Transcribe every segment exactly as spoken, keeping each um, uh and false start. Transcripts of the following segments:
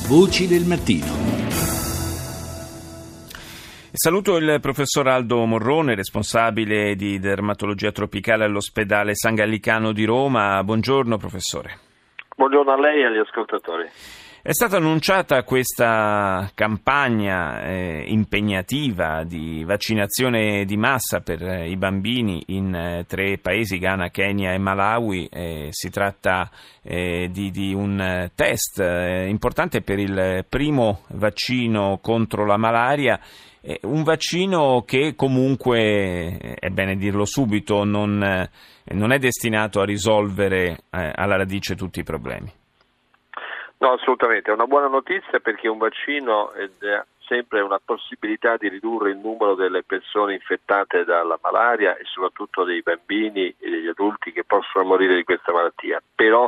Voci del mattino. Saluto il professor Aldo Morrone, responsabile di dermatologia tropicale all'ospedale San Gallicano di Roma. Buongiorno professore. Buongiorno a lei e agli ascoltatori. È stata annunciata questa campagna eh, impegnativa di vaccinazione di massa per eh, i bambini in eh, tre paesi, Ghana, Kenya e Malawi. Eh, si tratta eh, di, di un test eh, importante per il primo vaccino contro la malaria. Eh, un vaccino che comunque, è bene dirlo subito, non, eh, non è destinato a risolvere eh, alla radice tutti i problemi. No, assolutamente, è una buona notizia perché un vaccino è sempre una possibilità di ridurre il numero delle persone infettate dalla malaria e soprattutto dei bambini e degli adulti che possono morire di questa malattia. Però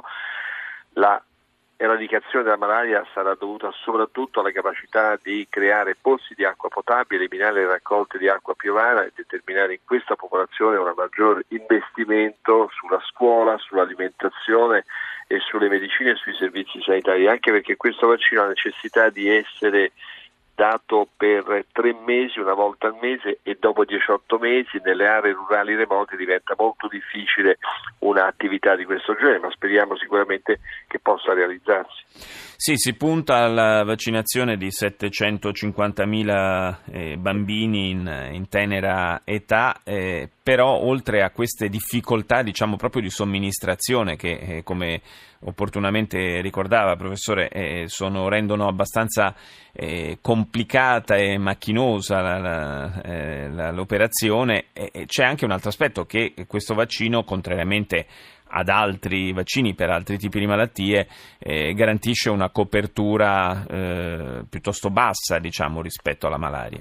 la eradicazione della malaria sarà dovuta soprattutto alla capacità di creare pozzi di acqua potabile, eliminare le raccolte di acqua piovana e determinare in questa popolazione un maggior investimento sulla scuola, sull'alimentazione e sulle medicine e sui servizi sanitari, anche perché questo vaccino ha necessità di essere dato per tre mesi, una volta al mese, e dopo diciotto mesi nelle aree rurali remote diventa molto difficile un'attività di questo genere, ma speriamo sicuramente che possa realizzarsi. Sì, si punta alla vaccinazione di settecentocinquantamila eh, bambini in, in tenera età, eh, però oltre a queste difficoltà, diciamo proprio di somministrazione che eh, come opportunamente ricordava professore, eh, sono, rendono abbastanza eh, complicata e macchinosa la, la, eh, la, l'operazione, e c'è anche un altro aspetto, che questo vaccino, contrariamente ad altri vaccini per altri tipi di malattie, eh, garantisce una copertura eh, piuttosto bassa, diciamo, rispetto alla malaria.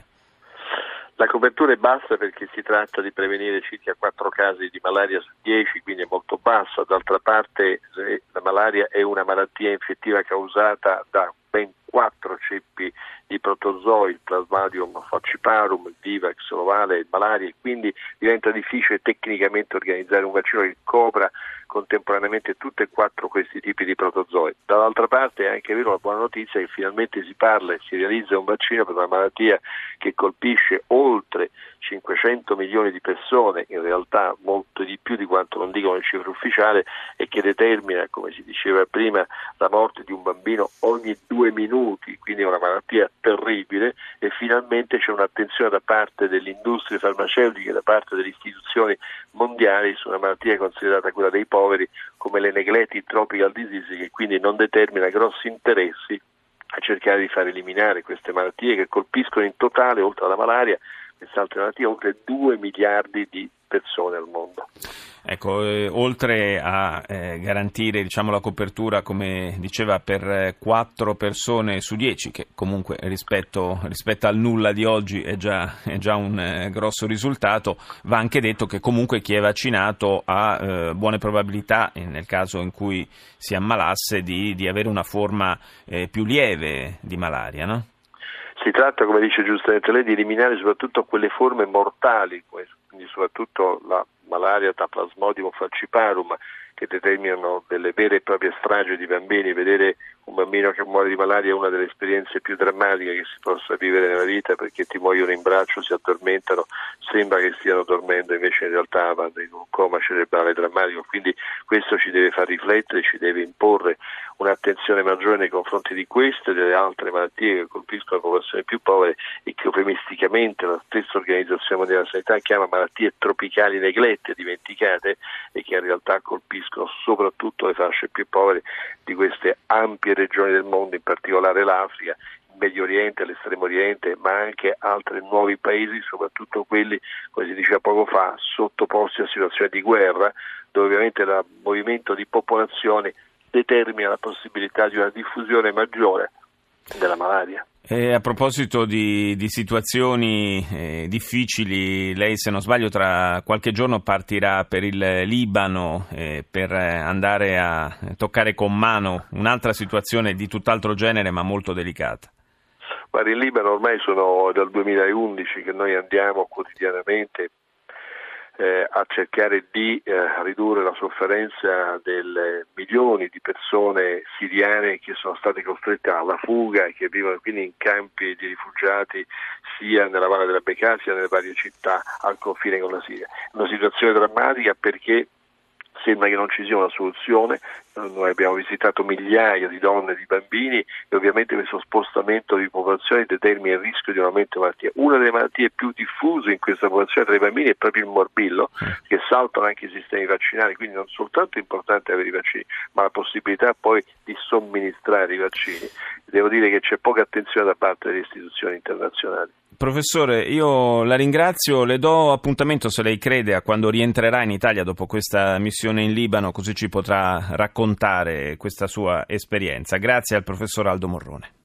La copertura è bassa perché si tratta di prevenire circa quattro casi di malaria su dieci, quindi è molto bassa. D'altra parte la malaria è una malattia infettiva causata da ben quattro ceppi di protozoi, il Plasmodium falciparum, il Vivax ovale e il malaria, e quindi diventa difficile tecnicamente organizzare un vaccino che copra contemporaneamente tutti e quattro questi tipi di protozoi. Dall'altra parte è anche vero, la buona notizia è che finalmente si parla e si realizza un vaccino per una malattia che colpisce oltre cinquecento milioni di persone, in realtà molto di più di quanto non dicono le cifre ufficiali, e che determina, come si diceva prima, la morte di un bambino ogni due minuti, quindi è una malattia terribile, e finalmente c'è un'attenzione da parte delle industrie farmaceutiche, da parte delle istituzioni mondiali su una malattia considerata quella dei poveri come le neglected tropical disease, che quindi non determina grossi interessi a cercare di far eliminare queste malattie che colpiscono in totale, oltre alla malaria, quest'altra malattia, oltre due miliardi di persone al mondo. Ecco, eh, oltre a eh, garantire, diciamo, la copertura, come diceva, per quattro persone su dieci, che comunque rispetto, rispetto al nulla di oggi è già, è già un eh, grosso risultato, va anche detto che comunque chi è vaccinato ha eh, buone probabilità, nel caso in cui si ammalasse, di, di avere una forma eh, più lieve di malaria, no? Si tratta, come dice giustamente lei, di eliminare soprattutto quelle forme mortali, quindi soprattutto la malaria da Plasmodium falciparum, che determinano delle vere e proprie stragi di bambini. Vedere un bambino che muore di malaria è una delle esperienze più drammatiche che si possa vivere nella vita, perché ti muoiono in braccio, si addormentano, sembra che stiano dormendo, invece in realtà vanno in un coma cerebrale drammatico. Quindi questo ci deve far riflettere, ci deve imporre un'attenzione maggiore nei confronti di queste e delle altre malattie che colpiscono le popolazioni più povere e che eufemisticamente la stessa Organizzazione Mondiale della Sanità chiama malattie tropicali neglette, dimenticate, e che in realtà colpiscono soprattutto le fasce più povere di queste ampie regioni del mondo, in particolare l'Africa, il Medio Oriente, l'Estremo Oriente, ma anche altri nuovi paesi, soprattutto quelli, come si diceva poco fa, sottoposti a situazioni di guerra, dove ovviamente il movimento di popolazione determina la possibilità di una diffusione maggiore della malaria. E a proposito di, di situazioni eh, difficili, lei, se non sbaglio, tra qualche giorno partirà per il Libano eh, per andare a toccare con mano un'altra situazione di tutt'altro genere ma molto delicata. Guarda, in Libano ormai sono dal duemilaundici che noi andiamo quotidianamente eh, a cercare di eh, ridurre la sofferenza delle milioni di persone siriane che sono state costrette alla fuga e che vivono quindi in campi di rifugiati sia nella Valle della Bekaa sia nelle varie città al confine con la Siria. È una situazione drammatica perché sembra che non ci sia una soluzione. Noi abbiamo visitato migliaia di donne e di bambini e ovviamente questo spostamento di popolazione determina il rischio di un aumento di malattie. Una delle malattie più diffuse in questa popolazione tra i bambini è proprio il morbillo, che saltano anche i sistemi vaccinali, quindi non soltanto è importante avere i vaccini, ma la possibilità poi di somministrare i vaccini. Devo dire che c'è poca attenzione da parte delle istituzioni internazionali. Professore, io la ringrazio, le do appuntamento, se lei crede, a quando rientrerà in Italia dopo questa missione in Libano, così ci potrà raccontare questa sua esperienza. Grazie al professor Aldo Morrone.